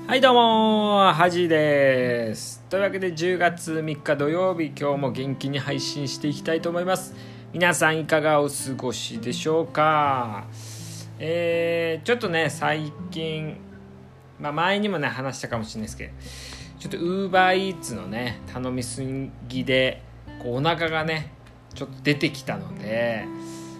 はいどうもはじです。というわけで10月3日土曜日、今日も元気に配信していきたいと思います。皆さんいかがお過ごしでしょうか。ちょっとね最近、前にもね話したかもしれないですけど、ちょっと UberEats のね頼みすぎでお腹がねちょっと出てきたので、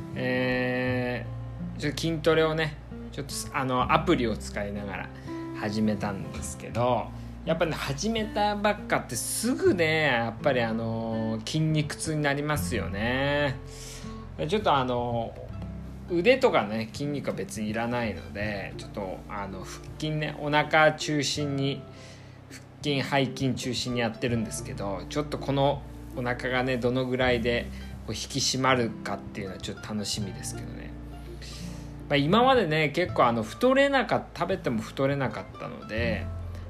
ちょっと筋トレをねちょっとアプリを使いながら始めたんですけど、やっぱね始めたばっかってすぐねやっぱり筋肉痛になりますよね。ちょっと腕とかね筋肉は別にいらないので、ちょっと腹筋ねお腹中心に腹筋背筋中心にやってるんですけど、ちょっとこのお腹がねどのぐらいで引き締まるかっていうのはちょっと楽しみですけどね。今までね結構食べても太れなかったので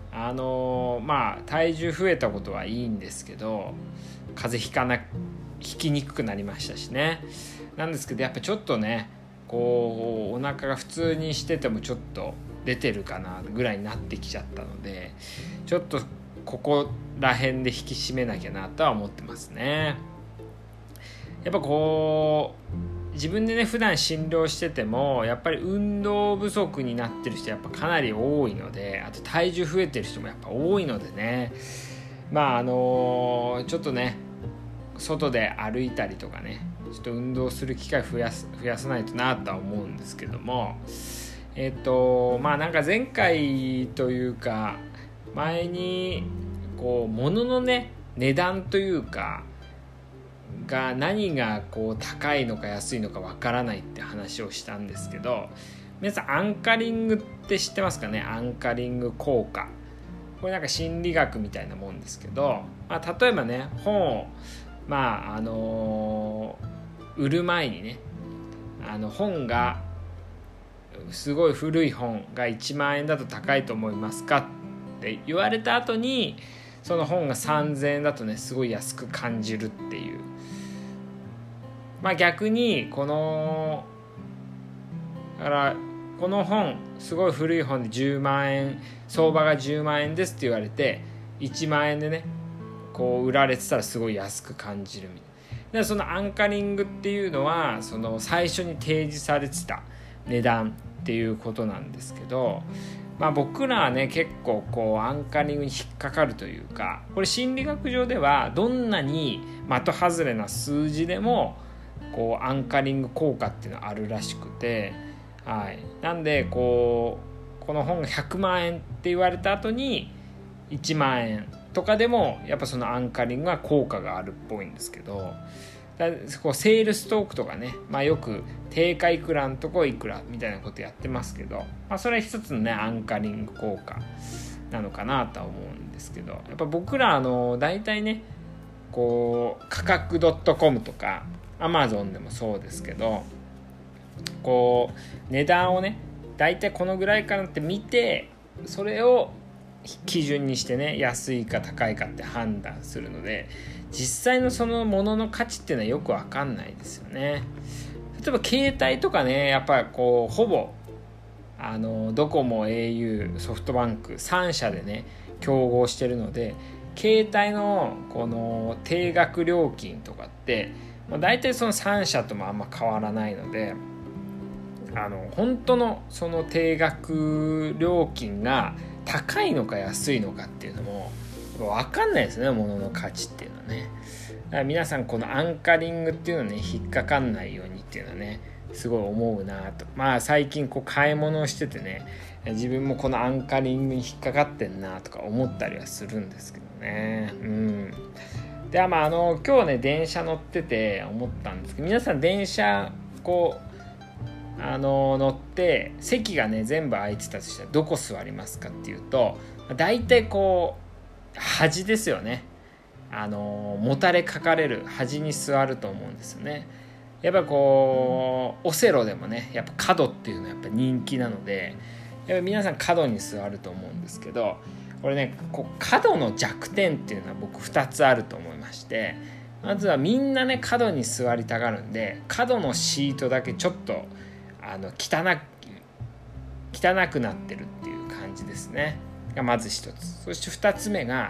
体重増えたことはいいんですけど、風邪ひきにくくなりましたしね。なんですけどやっぱちょっとねお腹が普通にしててもちょっと出てるかなぐらいになってきちゃったので、ちょっとここら辺で引き締めなきゃなとは思ってますね。やっぱ自分でね普段診療しててもやっぱり運動不足になってる人やっぱかなり多いので、あと体重増えてる人もやっぱ多いのでね、ちょっとね外で歩いたりとかねちょっと運動する機会増やさないとなとは思うんですけども、なんか前回というか前に物のね値段というかが何が高いのか安いのかわからないって話をしたんですけど、皆さんアンカリングって知ってますかね。アンカリング効果、これなんか心理学みたいなもんですけど、例えばね本を売る前にね本がすごい古い本が1万円だと高いと思いますかって言われた後に、その本が3000円だとねすごい安く感じるっていう。逆にこの本すごい古い本で10万円、相場が10万円ですって言われて1万円でね売られてたらすごい安く感じるみたいな。そのアンカリングっていうのはその最初に提示されてた値段っていうことなんですけど、僕らはね結構アンカリングに引っかかるというか、これ心理学上ではどんなに的外れな数字でもアンカリング効果っていうのがあるらしくて、なんでこの本が100万円って言われた後に1万円とかでもやっぱそのアンカリングは効果があるっぽいんですけど、セールストークとかね、よく定価いくらのとこいくらみたいなことやってますけど、それは一つのねアンカリング効果なのかなとは思うんですけど、やっぱ僕ら大体ね価格 .com とかAmazon でもそうですけど、値段をねだいたいこのぐらいかなって見て、それを基準にしてね安いか高いかって判断するので、実際のそのものの価値っていうのはよく分かんないですよね。例えば携帯とかねやっぱりほぼドコモ au ソフトバンク3社でね競合してるので、携帯のこの定額料金とかってだいたいその3社ともあんま変わらないので、本当のその定額料金が高いのか安いのかっていうのも分かんないですね、物の価値っていうのはね。だから皆さんこのアンカリングっていうのね引っかかんないようにっていうのはねすごい思うなと。最近買い物をしててね自分もこのアンカリングに引っかかってんなとか思ったりはするんですけどね。で今日ね電車乗ってて思ったんですけど、皆さん電車乗って席がね全部空いてたとしたらどこ座りますかっていうと、だいたい端ですよね。もたれかかれる端に座ると思うんですよね。やっぱオセロでもねやっぱ角っていうのはやっぱ人気なので、やっぱ皆さん角に座ると思うんですけど、これね角の弱点っていうのは僕2つあると思いまして、まずはみんなね角に座りたがるんで、角のシートだけちょっと汚くなってるっていう感じですね。 がまず一つ。そして二つ目が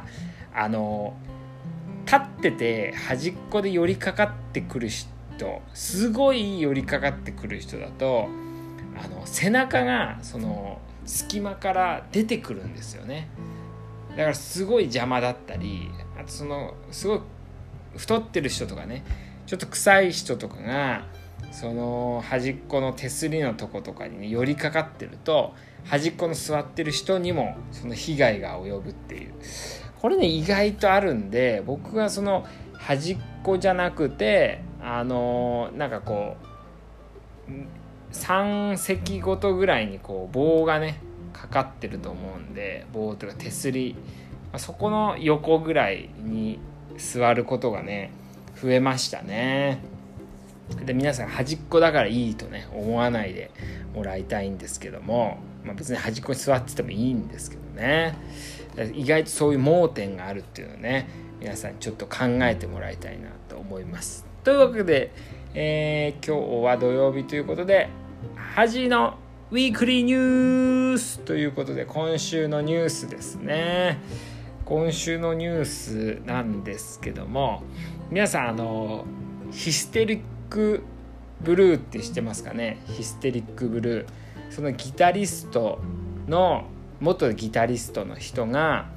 立ってて端っこで寄りかかってくる人、すごい寄りかかってくる人だと背中がその隙間から出てくるんですよね。だからすごい邪魔だったり、あとそのすごい太ってる人とかね、ちょっと臭い人とかがその端っこの手すりのとことかに、ね、寄りかかってると端っこの座ってる人にもその被害が及ぶっていう、これね意外とあるんで、僕がその端っこじゃなくてなんかこう3席ごとぐらいにこう棒がねかかってると思うんで、棒とか手すり、そこの横ぐらいに座ることがね増えましたね。で皆さん端っこだからいいとね思わないでもらいたいんですけども、別に端っこに座っててもいいんですけどね、意外とそういう盲点があるっていうのをね皆さんちょっと考えてもらいたいなと思います。というわけで、今日は土曜日ということで恥のウィークリーニュースということで、今週のニュースですね。今週のニュースなんですけども、皆さんヒステリックブルーって知ってますかね。ヒステリックブルー、そのギタリストの元ギタリストの人が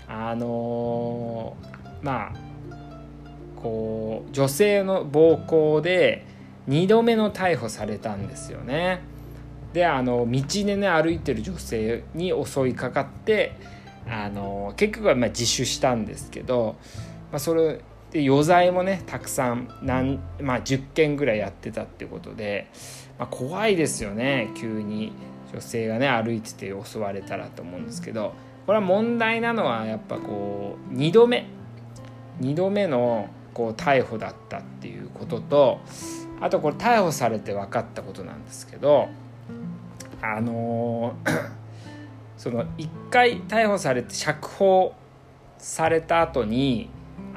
こう女性の暴行で2度目の逮捕されたんですよね。で道でね歩いてる女性に襲いかかって結局は自首したんですけど、それで余罪もねたくさん10件ぐらいやってたってことで、怖いですよね。急に女性がね歩いてて襲われたらと思うんですけど、これは問題なのはやっぱこう2度目のこう逮捕だったっていうことと、あとこれ逮捕されて分かったことなんですけど、その1回逮捕されて釈放された後に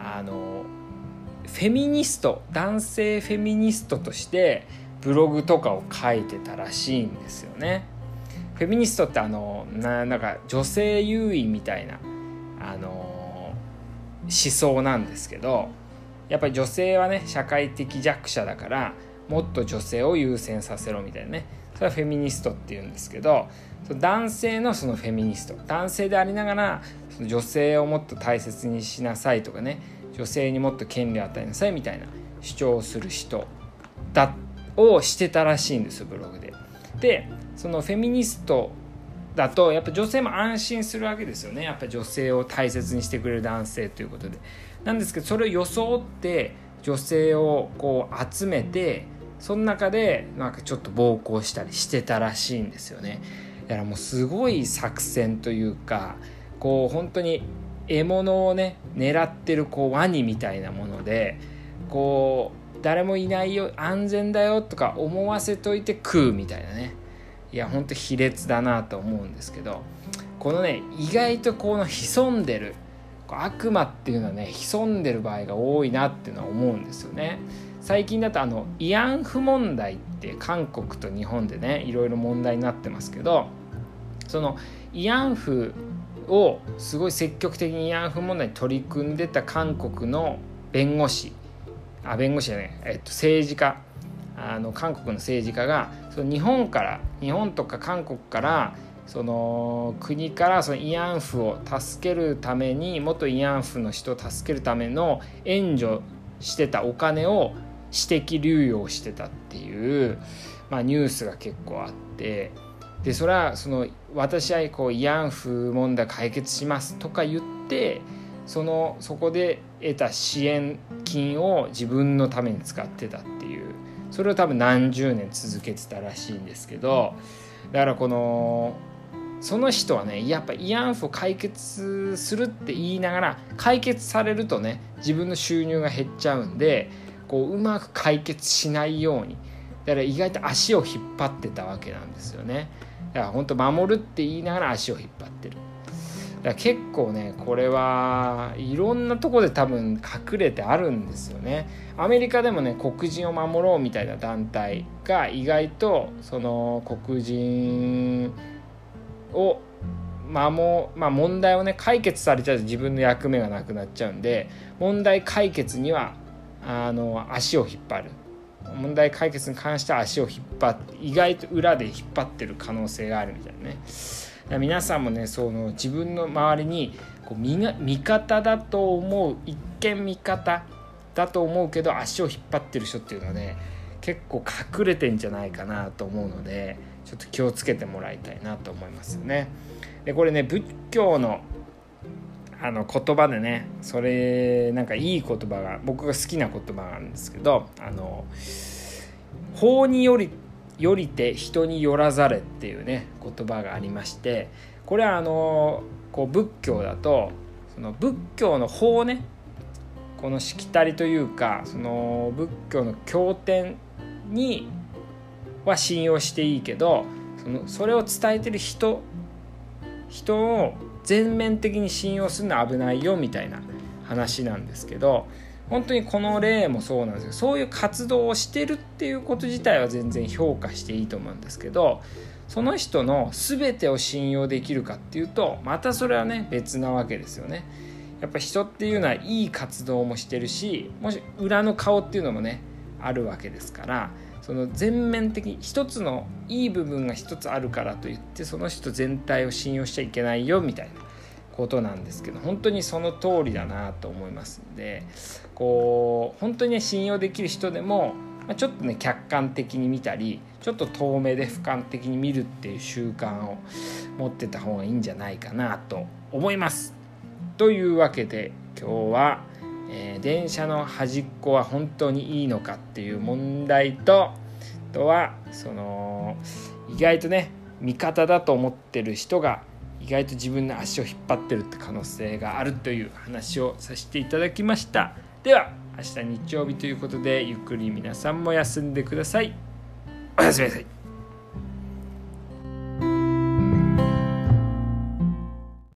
フェミニスト、男性フェミニストとしてブログとかを書いてたらしいんですよね。フェミニストってなんか女性優位みたいな思想なんですけど、やっぱり女性はね社会的弱者だからもっと女性を優先させろみたいなね、それはフェミニストっていうんですけど、男性のそのフェミニスト、男性でありながらその女性をもっと大切にしなさいとかね、女性にもっと権利を与えなさいみたいな主張をする人をしてたらしいんですよ、ブログで。でそのフェミニストだとやっぱ女性も安心するわけですよね。やっぱ女性を大切にしてくれる男性ということでなんですけど、それを装って女性をこう集めて、その中でなんかちょっと暴行したりしてたらしいんですよね。だからもうすごい作戦というか、こう本当に獲物をね狙ってるこうワニみたいなもので、こう誰もいないよ安全だよとか思わせといて食うみたいなね、いや本当卑劣だなと思うんですけど、このね意外とこの潜んでる悪魔っていうのはね潜んでる場合が多いなっていうのは思うんですよね。最近だと慰安婦問題って韓国と日本でねいろいろ問題になってますけど、その慰安婦をすごい積極的に慰安婦問題に取り組んでた韓国の政治家、韓国の政治家がその日本とか韓国からその国からその慰安婦を助けるために、元慰安婦の人を助けるための援助してたお金を私的流用してたっていう、ニュースが結構あって、でそれはその私はこう慰安婦問題解決しますとか言ってそこで得た支援金を自分のために使ってたっていう、それを多分何十年続けてたらしいんですけど、だからその人はねやっぱ慰安婦を解決するって言いながら、解決されるとね自分の収入が減っちゃうんで、うまく解決しないように、だから意外と足を引っ張ってたわけなんですよね。だから本当守るって言いながら足を引っ張ってる。だから結構ねこれはいろんなとこで多分隠れてあるんですよね。アメリカでもね黒人を守ろうみたいな団体が意外とその黒人を問題をね解決されちゃうと自分の役目がなくなっちゃうんで、問題解決には足を引っ張る、問題解決に関しては足を引っ張って、意外と裏で引っ張ってる可能性があるみたいなね。皆さんもね自分の周りに味方だと思う、一見味方だと思うけど足を引っ張ってる人っていうのはね結構隠れてんじゃないかなと思うので、ちょっと気をつけてもらいたいなと思いますよね。でこれね仏教の言葉でね、それなんかいい言葉が、僕が好きな言葉があるんですけど、法によりて人によらざれっていうね言葉がありまして、これは仏教だとその仏教の法ね、このしきたりというか、その仏教の経典には信用していいけど、それを伝えてる人を全面的に信用するのは危ないよみたいな話なんですけど、本当にこの例もそうなんですけど、そういう活動をしてるっていうこと自体は全然評価していいと思うんですけど、その人の全てを信用できるかっていうとまたそれはね別なわけですよね。やっぱ人っていうのはいい活動もしてるし、もし裏の顔っていうのもねあるわけですから、その全面的に一つのいい部分が一つあるからといってその人全体を信用しちゃいけないよみたいなことなんですけど、本当にその通りだなと思いますので、本当にね信用できる人でもちょっとね客観的に見たり、ちょっと遠目で俯瞰的に見るっていう習慣を持ってた方がいいんじゃないかなと思います。というわけで今日は、電車の端っこは本当にいいのかっていう問題と、あとは意外とね味方だと思ってる人が意外と自分の足を引っ張ってるって可能性があるという話をさせていただきました。では明日日曜日ということでゆっくり皆さんも休んでください。おやすみなさい。